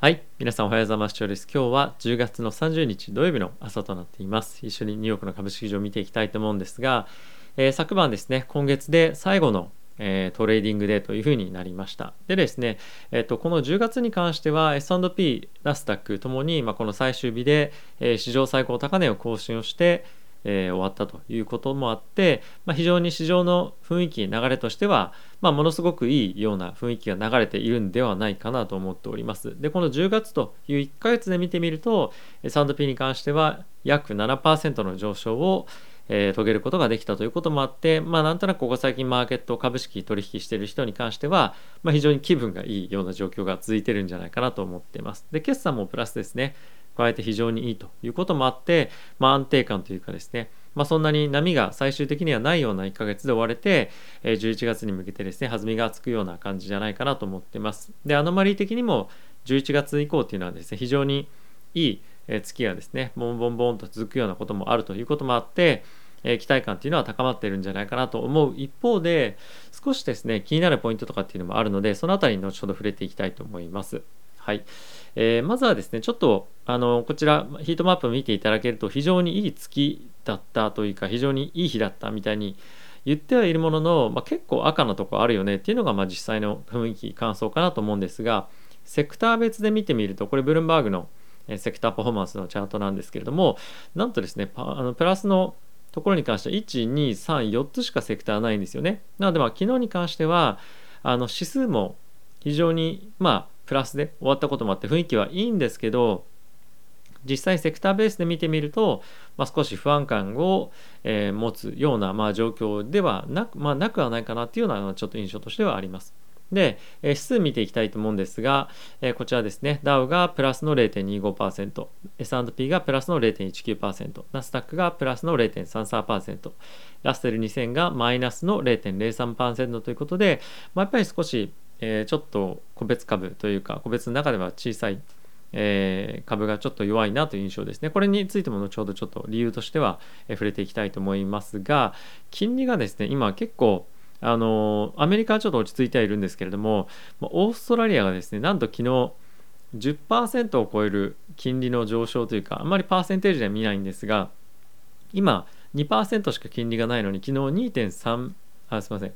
はい、皆さんおはようございます。今日は10月の30日土曜日の朝となっています。一緒にニューヨークの株式市場を見ていきたいと思うんですが、昨晩ですね、今月で最後のトレーディングデーというふうになりました。でですね、この10月に関しては S&P、ナスダックともに、この最終日で、史上最高高値を更新をして、終わったということもあって、非常に市場の雰囲気流れとしては、ものすごくいいような雰囲気が流れているんではないかなと思っております。でこの10月という1ヶ月で見てみると S&P に関しては約 7% の上昇を遂げることができたということもあって、なんとなくここ最近マーケット株式取引している人に関しては、非常に気分がいいような状況が続いているんじゃないかなと思っています。で決算もプラスですね、加えて非常にいいということもあって、安定感というかですね、そんなに波が最終的にはないような1ヶ月で終われて、11月に向けてですね、弾みがつくような感じじゃないかなと思っています。で、アノマリー的にも11月以降っていうのはですね、非常にいい月がですね、ボンボンボンと続くようなこともあるということもあって、期待感っていうのは高まっているんじゃないかなと思う一方で、少しですね、気になるポイントとかっていうのもあるので、そのあたりに後ほど触れていきたいと思います。はい。まずはですね、ちょっとこちらヒートマップを見ていただけると非常にいい月だったというか、非常にいい日だったみたいに言ってはいるものの、結構赤なとこあるよねっていうのが実際の雰囲気感想かなと思うんですが、セクター別で見てみると、これブルームバーグのセクターパフォーマンスのチャートなんですけれども、なんとですね、プラスのところに関しては1、2、3、4つしかセクターないんですよね。なので昨日に関しては指数も非常にプラスで終わったこともあって雰囲気はいいんですけど、実際セクターベースで見てみると、少し不安感を、持つような、状況ではなく、なくはないかなっていうようなちょっと印象としてはあります。で、指数見ていきたいと思うんですが、こちらですね、ダウがプラスの 0.25%、S&P がプラスの 0.19%、ナスダックがプラスの 0.33%、ラッセル2000がマイナスの 0.03% ということで、やっぱり少し、ちょっと個別株というか個別の中では小さい、株がちょっと弱いなという印象ですね。これについても後ほどちょっと理由としては、触れていきたいと思いますが、金利がですね今結構アメリカはちょっと落ち着いてはいるんですけれども、オーストラリアがですねなんと昨日10% を超える金利の上昇というか、あんまりパーセンテージでは見ないんですが、今 2% しか金利がないのに昨日2.3すみません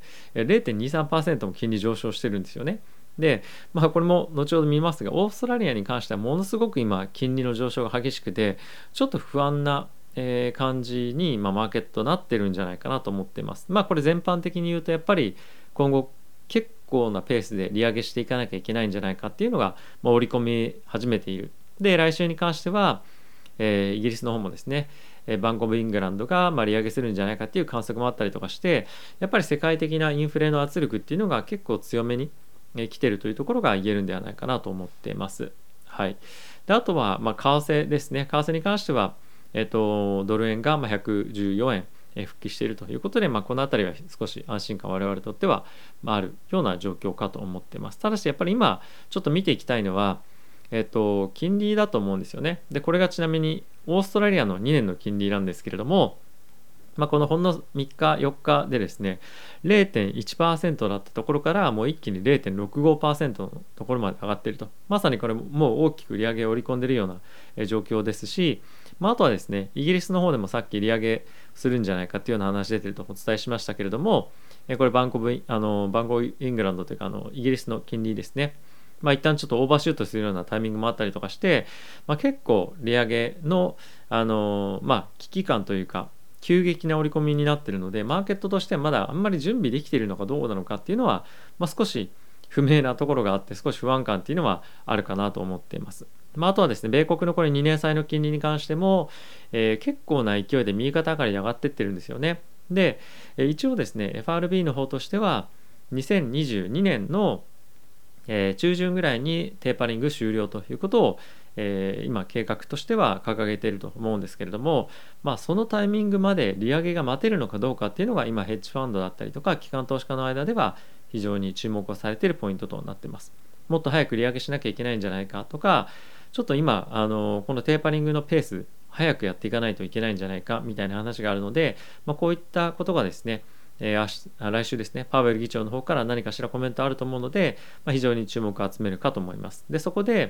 0.23% も金利上昇してるんですよね。で、これも後ほど見ますが、オーストラリアに関してはものすごく今金利の上昇が激しくて、ちょっと不安な感じにマーケットなってるんじゃないかなと思っています。これ全般的に言うとやっぱり今後結構なペースで利上げしていかなきゃいけないんじゃないかっていうのが織り込み始めている。で、来週に関しては、イギリスの方もですね、バンコブイングランドが利上げするんじゃないかっていう観測もあったりとかして、やっぱり世界的なインフレの圧力っていうのが結構強めに来てるというところが言えるんではないかなと思っています。はい。で、あとは為替ですね。為替に関しては、ドル円が114円復帰しているということで、このあたりは少し安心感我々にとってはあるような状況かと思っています。ただしやっぱり今ちょっと見ていきたいのは、金利だと思うんですよね。で、これがちなみにオーストラリアの2年の金利なんですけれども、このほんの3日4日でですね 0.1% だったところからもう一気に 0.65% のところまで上がっていると、まさにこれもう大きく利上げを織り込んでいるような状況ですし、あとはですねイギリスの方でもさっき利上げするんじゃないかっていうような話出てるとお伝えしましたけれども、これバンコブイングランドというかイギリスの金利ですね、一旦ちょっとオーバーシュートするようなタイミングもあったりとかして、結構利上げの、危機感というか急激な織り込みになっているので、マーケットとしてはまだあんまり準備できているのかどうなのかっていうのは、少し不明なところがあって少し不安感っていうのはあるかなと思っています。あとはですね、米国のこれ2年債の金利に関しても、結構な勢いで右肩上がりで上がっていってるんですよね。で、一応ですね FRB の方としては2022年の中旬ぐらいにテーパリング終了ということを、今計画としては掲げていると思うんですけれども、そのタイミングまで利上げが待てるのかどうかっていうのが今ヘッジファンドだったりとか機関投資家の間では非常に注目をされているポイントとなっています。もっと早く利上げしなきゃいけないんじゃないかとか、ちょっと今このテーパリングのペース早くやっていかないといけないんじゃないかみたいな話があるので、こういったことがですね来週ですね、パウエル議長の方から何かしらコメントあると思うので、非常に注目を集めるかと思います。で、そこで、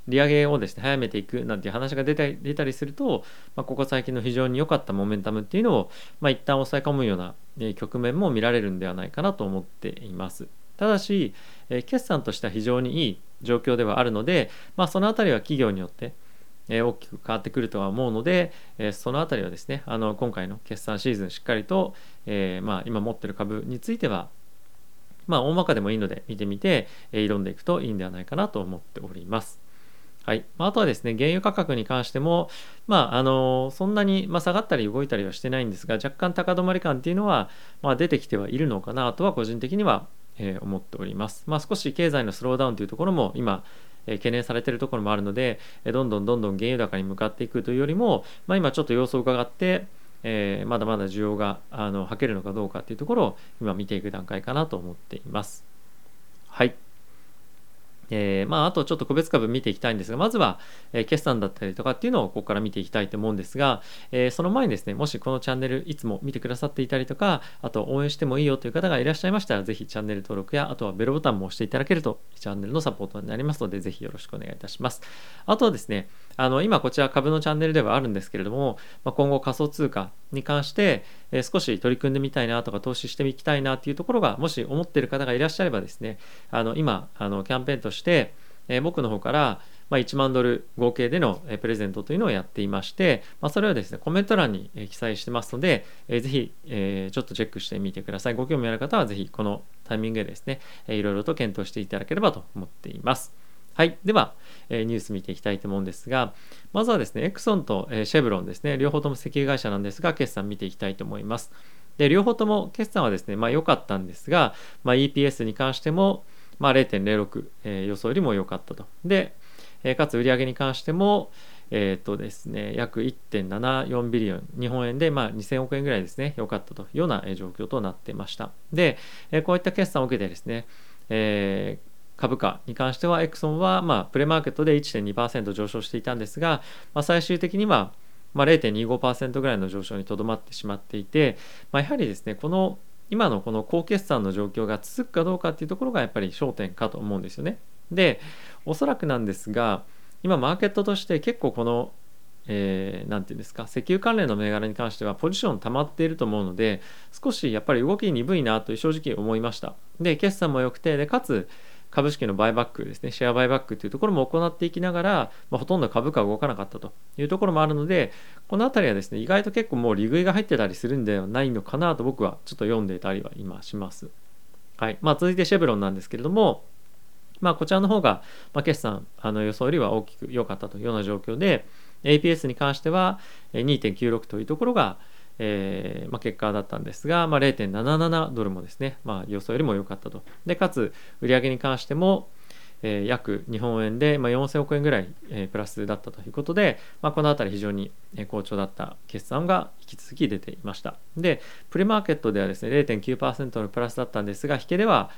利上げをですね早めていくなんていう話が出たりすると、ここ最近の非常に良かったモメンタムっていうのを、一旦抑え込むような局面も見られるんではないかなと思っています。ただし、決算としては非常にいい状況ではあるので、そのあたりは企業によって大きく変わってくるとは思うので、そのあたりはですね今回の決算シーズンしっかりと、今持っている株については大まかでもいいので見てみて、挑んでいくといいんではないかなと思っております。はい。あとはですね、原油価格に関しても、そんなに、下がったり動いたりはしてないんですが、若干高止まり感っていうのは、出てきてはいるのかなとは個人的には、思っております。少し経済のスローダウンというところも今、懸念されているところもあるので、どんどん原油高に向かっていくというよりも、今ちょっと様子を伺って、まだまだ需要がはけるのかどうかっていうところを今見ていく段階かなと思っています。はい。あとちょっと個別株見ていきたいんですが、まずは、決算だったりとかっていうのをここから見ていきたいと思うんですが、その前にですね、もしこのチャンネルいつも見てくださっていたりとか、あと応援してもいいよという方がいらっしゃいましたら、ぜひチャンネル登録や、あとはベルボタンも押していただけると、チャンネルのサポートになりますので、ぜひよろしくお願いいたします。あとはですね、今こちら株のチャンネルではあるんですけれども、今後仮想通貨に関して、少し取り組んでみたいなとか投資してみたいなっていうところがもし思っている方がいらっしゃればですね、今キャンペーンとして、僕の方から1万ドル合計でのプレゼントというのをやっていまして、それはですねコメント欄に記載してますので、ぜひちょっとチェックしてみてください。ご興味ある方はぜひこのタイミングでですねいろいろと検討していただければと思っています。はい。では、ニュース見ていきたいと思うんですが、まずはですね、エクソンとシェブロンですね、両方とも石油会社なんですが、決算見ていきたいと思います。で、両方とも決算はですね、良かったんですが、EPS に関しても、0.06、予想よりも良かったと。で、かつ売上に関しても、ですね、約1.74ビリオン、日本円で2000億円ぐらいですね、良かったというような状況となっていました。で、こういった決算を受けてですね、株価に関してはエクソンはプレマーケットで 1.2% 上昇していたんですが、最終的には0.25% ぐらいの上昇にとどまってしまっていて、やはりですね今のこの高決算の状況が続くかどうかっていうところがやっぱり焦点かと思うんですよね。で、おそらくなんですが今マーケットとして結構このなんていうんですか石油関連の銘柄に関してはポジション溜まっていると思うので、少しやっぱり動き鈍いなと正直思いました。で、決算も良くて、でかつ株式のバイバックですね、シェアバイバックというところも行っていきながら、ほとんど株価が動かなかったというところもあるので、このあたりはですね、意外と結構もう利食いが入ってたりするんではないのかなと僕はちょっと読んでいたりは今します。はい。続いてシェブロンなんですけれども、こちらの方が、決算予想よりは大きく良かったというような状況で、APS に関しては 2.96 というところが、結果だったんですが、0.77 ドルもですね、予想よりも良かったと。で、かつ売上に関しても、約日本円で4000億円ぐらいプラスだったということで、このあたり非常に好調だった決算が引き続き出ていました。で、プレマーケットではですね 0.9% のプラスだったんですが、引けでは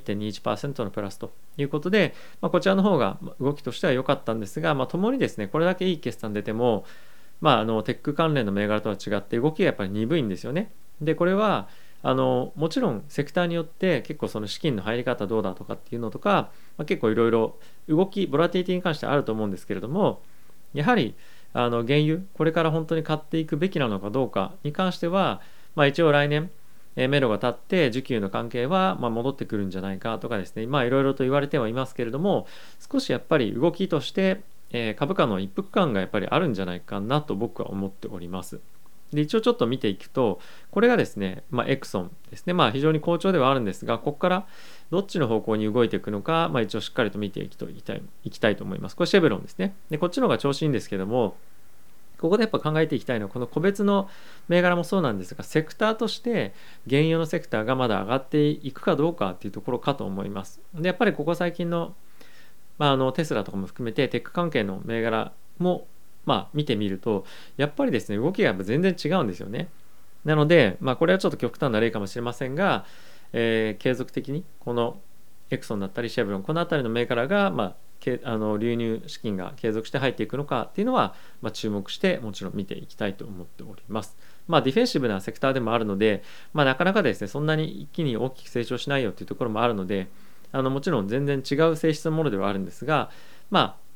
1.21% のプラスということで、こちらの方が動きとしては良かったんですが、ともにですねこれだけいい決算出ても、テック関連の銘柄とは違って動きがやっぱり鈍いんですよね。で、これはもちろんセクターによって結構その資金の入り方どうだとかっていうのとか、結構いろいろ動きボラティリティに関してあると思うんですけれども、やはり原油これから本当に買っていくべきなのかどうかに関しては、一応来年目処が立って需給の関係は戻ってくるんじゃないかとかですね、いろいろと言われてはいますけれども、少しやっぱり動きとして株価の一服感がやっぱりあるんじゃないかなと僕は思っております。で、一応ちょっと見ていくと、これがですね、エクソンですね、非常に好調ではあるんですが、ここからどっちの方向に動いていくのか、一応しっかりと見ていきたいと思います。これシェブロンですね。で、こっちの方が調子いいんですけども、ここでやっぱ考えていきたいのは、この個別の銘柄もそうなんですが、セクターとして原油のセクターがまだ上がっていくかどうかっていうところかと思います。で、やっぱりここ最近の、テスラとかも含めてテック関係の銘柄も見てみると、やっぱりですね動きが全然違うんですよね。なので、これはちょっと極端な例かもしれませんが、継続的にこのエクソンだったりシェブロン、この辺りの銘柄が、流入資金が継続して入っていくのかっていうのは、注目してもちろん見ていきたいと思っております。ディフェンシブなセクターでもあるので、なかなかですねそんなに一気に大きく成長しないよっていうところもあるので、もちろん全然違う性質のものではあるんですが、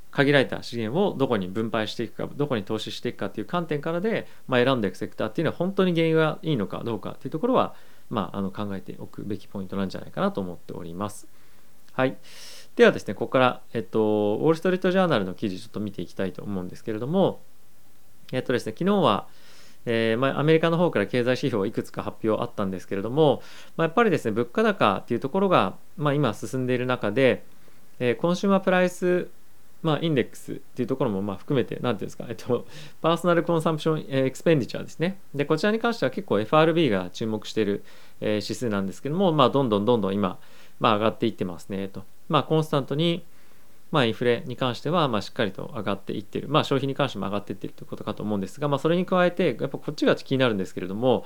限られた資源をどこに分配していくか、どこに投資していくかっていう観点からで、選んでいくセクターっていうのは本当に原因がいいのかどうかっていうところは、考えておくべきポイントなんじゃないかなと思っております。はい。ではですね、ここから、ウォール・ストリート・ジャーナルの記事ちょっと見ていきたいと思うんですけれども、ですね、昨日は、アメリカの方から経済指標いくつか発表あったんですけれども、やっぱりですね、物価高っていうところが、今進んでいる中で、コンシューマープライス、インデックスっていうところも含めて、なんていうんですか、パーソナルコンサンプションエクスペンディチャーですね。で、こちらに関しては結構 FRB が注目している、指数なんですけども、どんどん今、上がっていってますねと。コンスタントに、インフレに関してはしっかりと上がっていっている、消費に関しても上がっていっているということかと思うんですが、それに加えてやっぱこっちが気になるんですけれども、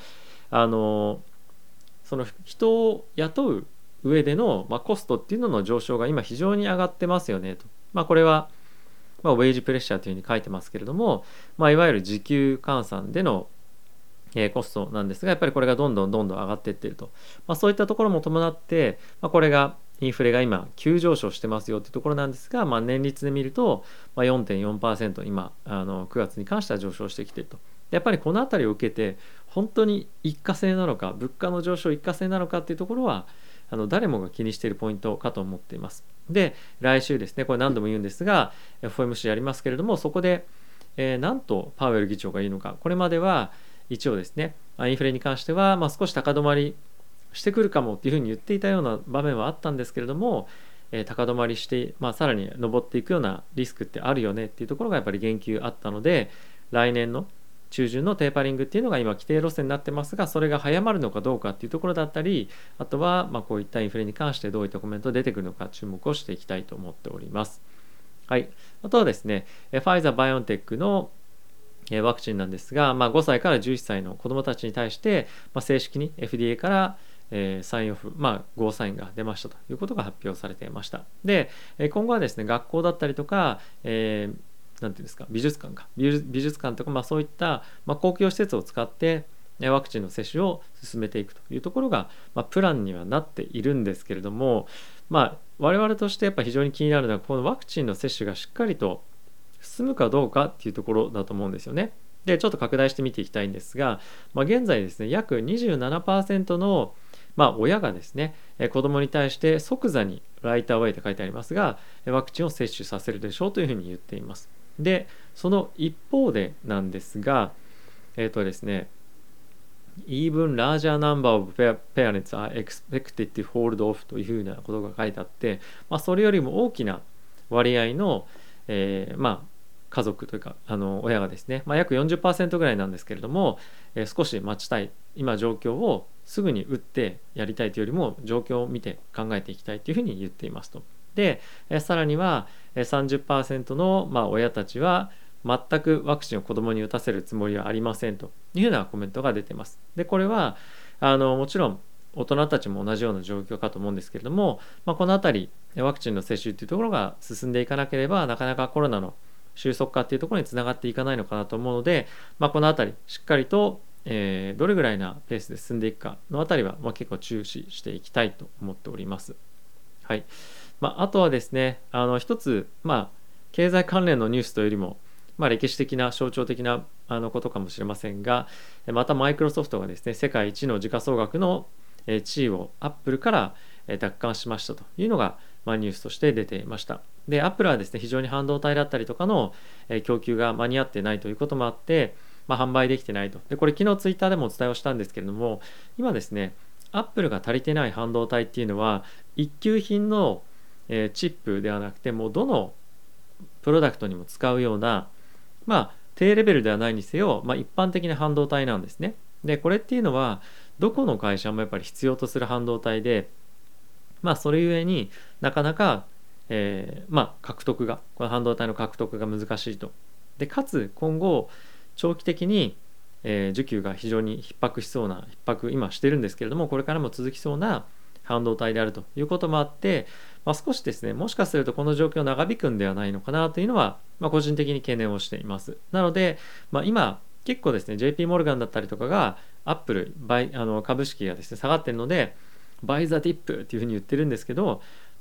その人を雇う上での、コストっていうのの上昇が今非常に上がってますよねと。これは、ウェイジプレッシャーというふうに書いてますけれども、いわゆる時給換算でのコストなんですが、やっぱりこれがどんどん上がっていっていると、そういったところも伴って、これがインフレが今急上昇してますよというところなんですが、年率で見ると、4.4% 今9月に関しては上昇してきていると。やっぱりこの辺りを受けて本当に一過性なのか、物価の上昇一過性なのかっていうところは誰もが気にしているポイントかと思っています。で、来週ですね、これ何度も言うんですが FOMC やりますけれども、そこで、なんとパウエル議長がいいのか。これまでは一応ですね、インフレに関しては、少し高止まりしてくるかもっていうふうに言っていたような場面はあったんですけれども、高止まりして、さらに上っていくようなリスクってあるよねっていうところがやっぱり言及あったので、来年の中旬のテーパリングっていうのが今規定路線になってますが、それが早まるのかどうかっていうところだったり、あとはこういったインフレに関してどういったコメント出てくるのか注目をしていきたいと思っております。はい、あとはですね、ファイザー・バイオンテックのワクチンなんですが、5歳から11歳の子どもたちに対して、正式に FDA からサインオフ、ゴーサインが出ましたということが発表されていました。で、今後はですね、学校だったりとか、なんていうんですか、美術館とか、そういった、公共施設を使ってワクチンの接種を進めていくというところが、プランにはなっているんですけれども、我々としてやっぱ非常に気になるのは、このワクチンの接種がしっかりと進むかどうかっていうところだと思うんですよね。で、ちょっと拡大して見ていきたいんですが、現在ですね、約 27% の親がですね、子どもに対して即座にライトアウェイと書いてありますが、ワクチンを接種させるでしょうというふうに言っています。で、その一方でなんですが、ですね、Even larger number of parents are expected to hold off というふうなことが書いてあって、それよりも大きな割合の、家族というか親がですね、約 40% ぐらいなんですけれども、少し待ちたい、今状況をすぐに打ってやりたいというよりも状況を見て考えていきたいというふうに言っていますと。で、さらには 30% の、親たちは全くワクチンを子どもに打たせるつもりはありませんというようなコメントが出ています。で、これはもちろん大人たちも同じような状況かと思うんですけれども、このあたりワクチンの接種というところが進んでいかなければ、なかなかコロナの収束化っていうところにつながっていかないのかなと思うので、このあたりしっかりと、どれぐらいなペースで進んでいくかのあたりは、結構注視していきたいと思っております。はい。あとはですね、一つ、経済関連のニュースというよりも、歴史的な象徴的なことかもしれませんが、またマイクロソフトがですね、世界一の時価総額の地位をアップルから奪還しましたというのが、ニュースとして出ていました。で、アップルはですね、非常に半導体だったりとかの供給が間に合ってないということもあって、販売できてないと。で、これ昨日ツイッターでもお伝えをしたんですけれども、今ですね、アップルが足りてない半導体っていうのは一級品のチップではなくて、もうどのプロダクトにも使うような、低レベルではないにせよ、一般的な半導体なんですね。で、これっていうのはどこの会社もやっぱり必要とする半導体で、それゆえになかなか、獲得が、この半導体の獲得が難しいと。で、かつ今後長期的に需給が非常に逼迫今してるんですけれども、これからも続きそうな半導体であるということもあって、少しですね、もしかするとこの状況長引くんではないのかなというのは、個人的に懸念をしています。なので、今結構ですね、JP モルガンだったりとかがアップル株式がですね下がっているので、バイザディップっていうふうに言ってるんですけど、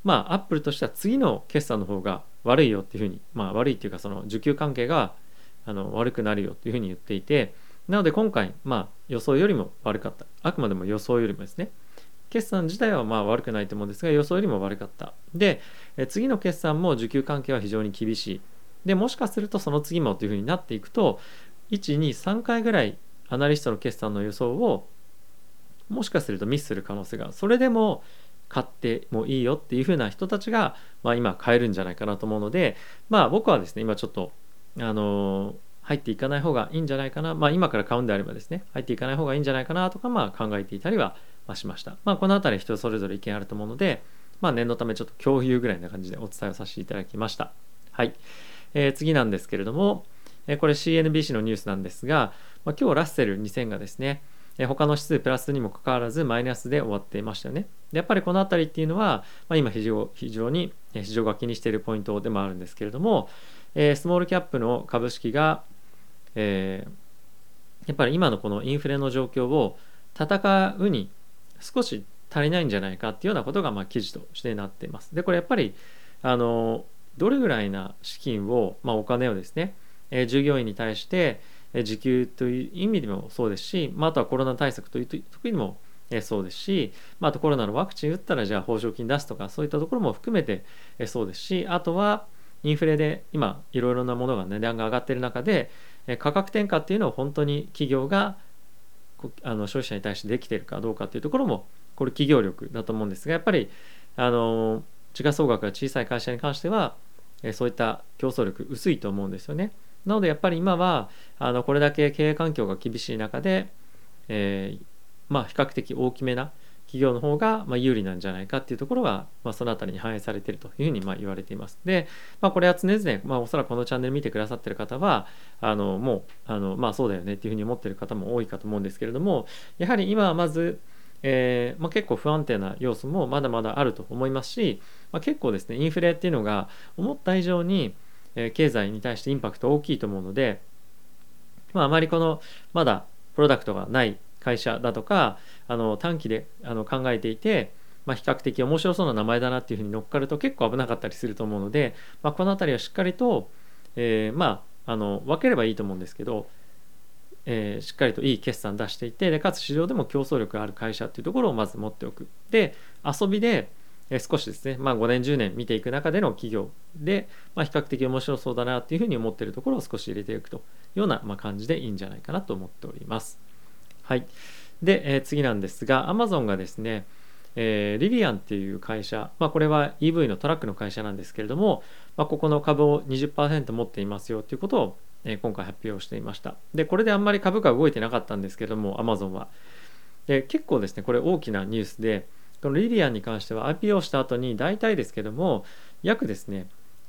アップルとしては次の決算の方が悪いよっていうふうに、悪いっていうかその需給関係が悪くなるよっていうふうに言っていて、なので今回、予想よりも悪かった。あくまでも予想よりもですね。決算自体は悪くないと思うんですが、予想よりも悪かった。で、次の決算も需給関係は非常に厳しい。で、もしかするとその次もというふうになっていくと、1、2、3回ぐらいアナリストの決算の予想をもしかするとミスする可能性が、それでも買ってもいいよっていうふうな人たちが、今買えるんじゃないかなと思うので、僕はですね、今ちょっと、入っていかない方がいいんじゃないかな、今から買うんであればですね、入っていかない方がいいんじゃないかなとか、考えていたりはしました。このあたり人それぞれ意見あると思うので、念のためちょっと共有ぐらいな感じでお伝えをさせていただきました。はい。次なんですけれども、これ CNBC のニュースなんですが、今日ラッセル2000がですね、他の指数プラスにもかかわらずマイナスで終わっていましたよね。でやっぱりこのあたりっていうのは、今非常に市場が気にしているポイントでもあるんですけれども、スモールキャップの株式が、やっぱり今のこのインフレの状況を戦うに少し足りないんじゃないかっていうようなことが記事としてなっています。でこれやっぱりどれぐらいな資金を、お金をですね、従業員に対して時給という意味でもそうですし、あとはコロナ対策という時にもそうですし、あとコロナのワクチン打ったらじゃあ報奨金出すとか、そういったところも含めてそうですし、あとはインフレで今いろいろなものが値段が上がっている中で価格転嫁っていうのを本当に企業が消費者に対してできているかどうかっていうところも、これ企業力だと思うんですが、やっぱり時価総額が小さい会社に関してはそういった競争力薄いと思うんですよね。なのでやっぱり今はこれだけ経営環境が厳しい中で、比較的大きめな企業の方が有利なんじゃないかっていうところが、そのあたりに反映されているというふうに言われています。で、これは常々、おそらくこのチャンネル見てくださっている方はもうそうだよねっていうふうに思っている方も多いかと思うんですけれども、やはり今はまず結構不安定な要素もまだまだあると思いますし、結構ですねインフレっていうのが思った以上に経済に対してインパクト大きいと思うので、あまりこのまだプロダクトがない会社だとか短期で考えていて、比較的面白そうな名前だなっていうふうに乗っかると結構危なかったりすると思うので、この辺りはしっかりと、分ければいいと思うんですけど、しっかりといい決算出していて、でかつ市場でも競争力がある会社っていうところをまず持っておく。で遊びで少しですね、5年10年見ていく中での企業で、比較的面白そうだなっていうふうに思っているところを少し入れていくというような感じでいいんじゃないかなと思っております。はい。で、次なんですが、Amazon がですね、リビアンっていう会社、これは EV のトラックの会社なんですけれども、ここの株を 20% 持っていますよということを、今回発表していました。で、これであんまり株価動いてなかったんですけれども、Amazon は。で、結構ですね、これ大きなニュースで、このリビアンに関しては IPO した後に大体ですけども、約ですね、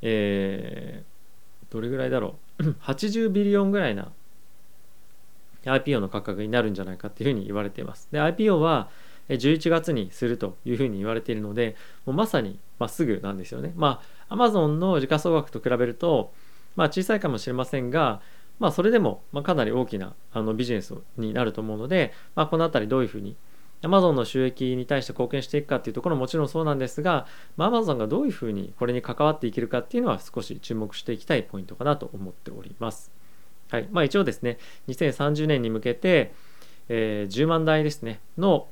どれぐらいだろう、80ビリオンぐらいな IPO の価格になるんじゃないかっていうふうに言われています。で、IPO は11月にするというふうに言われているので、もうまさにすぐなんですよね。Amazon の時価総額と比べると、小さいかもしれませんが、それでもかなり大きなビジネスになると思うので、このあたりどういうふうに Amazon の収益に対して貢献していくかっていうところももちろんそうなんですが、Amazon がどういうふうにこれに関わっていけるかっていうのは少し注目していきたいポイントかなと思っております。はい。一応ですね、2030年に向けて、10万台ですねの、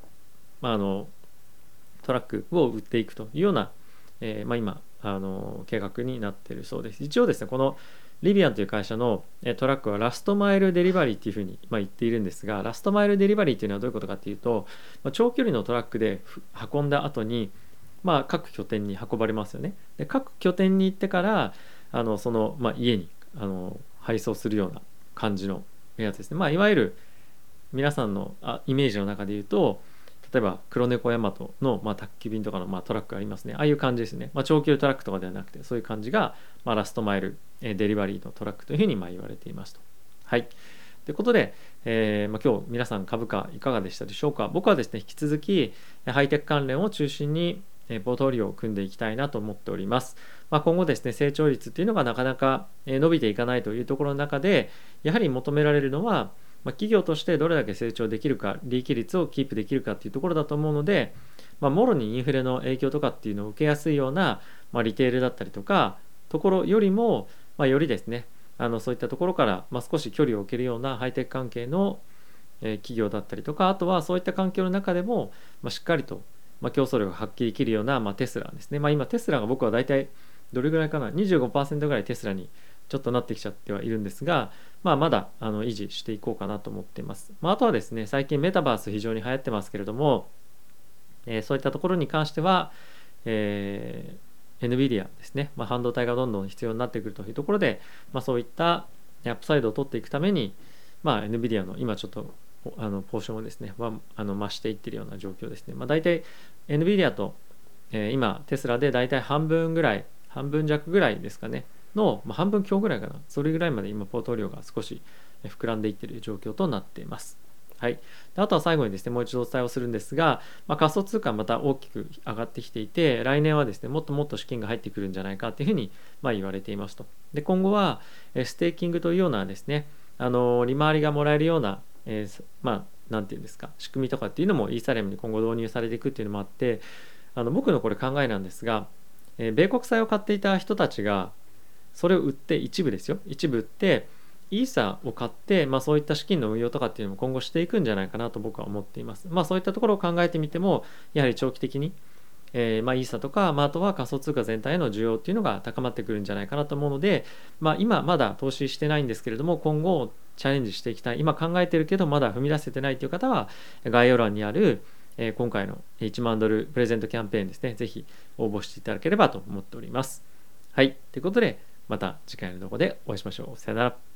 トラックを売っていくというような、今計画になっているそうです。一応ですね、このリビアンという会社のトラックはラストマイルデリバリーっていうふうに言っているんですが、ラストマイルデリバリーというのはどういうことかっていうと、長距離のトラックで運んだ後に、各拠点に運ばれますよね。で各拠点に行ってからその、家に配送するような感じのやつですね。いわゆる皆さんのイメージの中で言うと、例えば黒猫ヤマトの、宅急便とかの、トラックありますね。ああいう感じですね。長距離トラックとかではなくて、そういう感じが、ラストマイルデリバリーのトラックというふうに言われていますと。はい。ということで、今日皆さん株価いかがでしたでしょうか。僕はですね、引き続きハイテク関連を中心にポートフォリオを組んでいきたいなと思っております。今後ですね、成長率っていうのがなかなか伸びていかないというところの中で、やはり求められるのは、企業としてどれだけ成長できるか、利益率をキープできるかっていうところだと思うので、 もろにインフレの影響とかっていうのを受けやすいような、リテールだったりとかところよりも、よりですねそういったところから、少し距離を置けるようなハイテク関係の企業だったりとか、あとはそういった環境の中でも、しっかりと、競争力が発揮できるような、テスラですね。今テスラが僕は大体どれぐらいかな、 25% ぐらいテスラにちょっとなってきちゃってはいるんですが、まだ維持していこうかなと思っています。あとはですね、最近メタバース非常に流行ってますけれども、そういったところに関しては、NVIDIA ですね、半導体がどんどん必要になってくるというところで、そういったアップサイドを取っていくために、NVIDIA の今ちょっとポーションをですね増していっているような状況ですね。大体 NVIDIA と、今テスラで大体半分弱ぐらいですかねの、半分強ぐらいかな、それぐらいまで今ポートフォリオが少し膨らんでいっている状況となっています。はい、あとは最後にですねもう一度お伝えをするんですが、仮想通貨また大きく上がってきていて、来年はですねもっともっと資金が入ってくるんじゃないかというふうに言われていますと。で今後はステーキングというようなですね利回りがもらえるような、なんていうんですか、仕組みとかっていうのもイーサリアムに今後導入されていくっていうのもあって、僕のこれ考えなんですが、米国債を買っていた人たちがそれを売って一部売ってイーサを買って、そういった資金の運用とかっていうのも今後していくんじゃないかなと僕は思っています。そういったところを考えてみてもやはり長期的にイーサとか、あとは仮想通貨全体の需要っていうのが高まってくるんじゃないかなと思うので、今まだ投資してないんですけれども今後チャレンジしていきたい、今考えてるけどまだ踏み出せてないという方は概要欄にある今回の1万ドルプレゼントキャンペーンですね、ぜひ応募していただければと思っております。はい、ということでまた次回の動画でお会いしましょう。さよなら。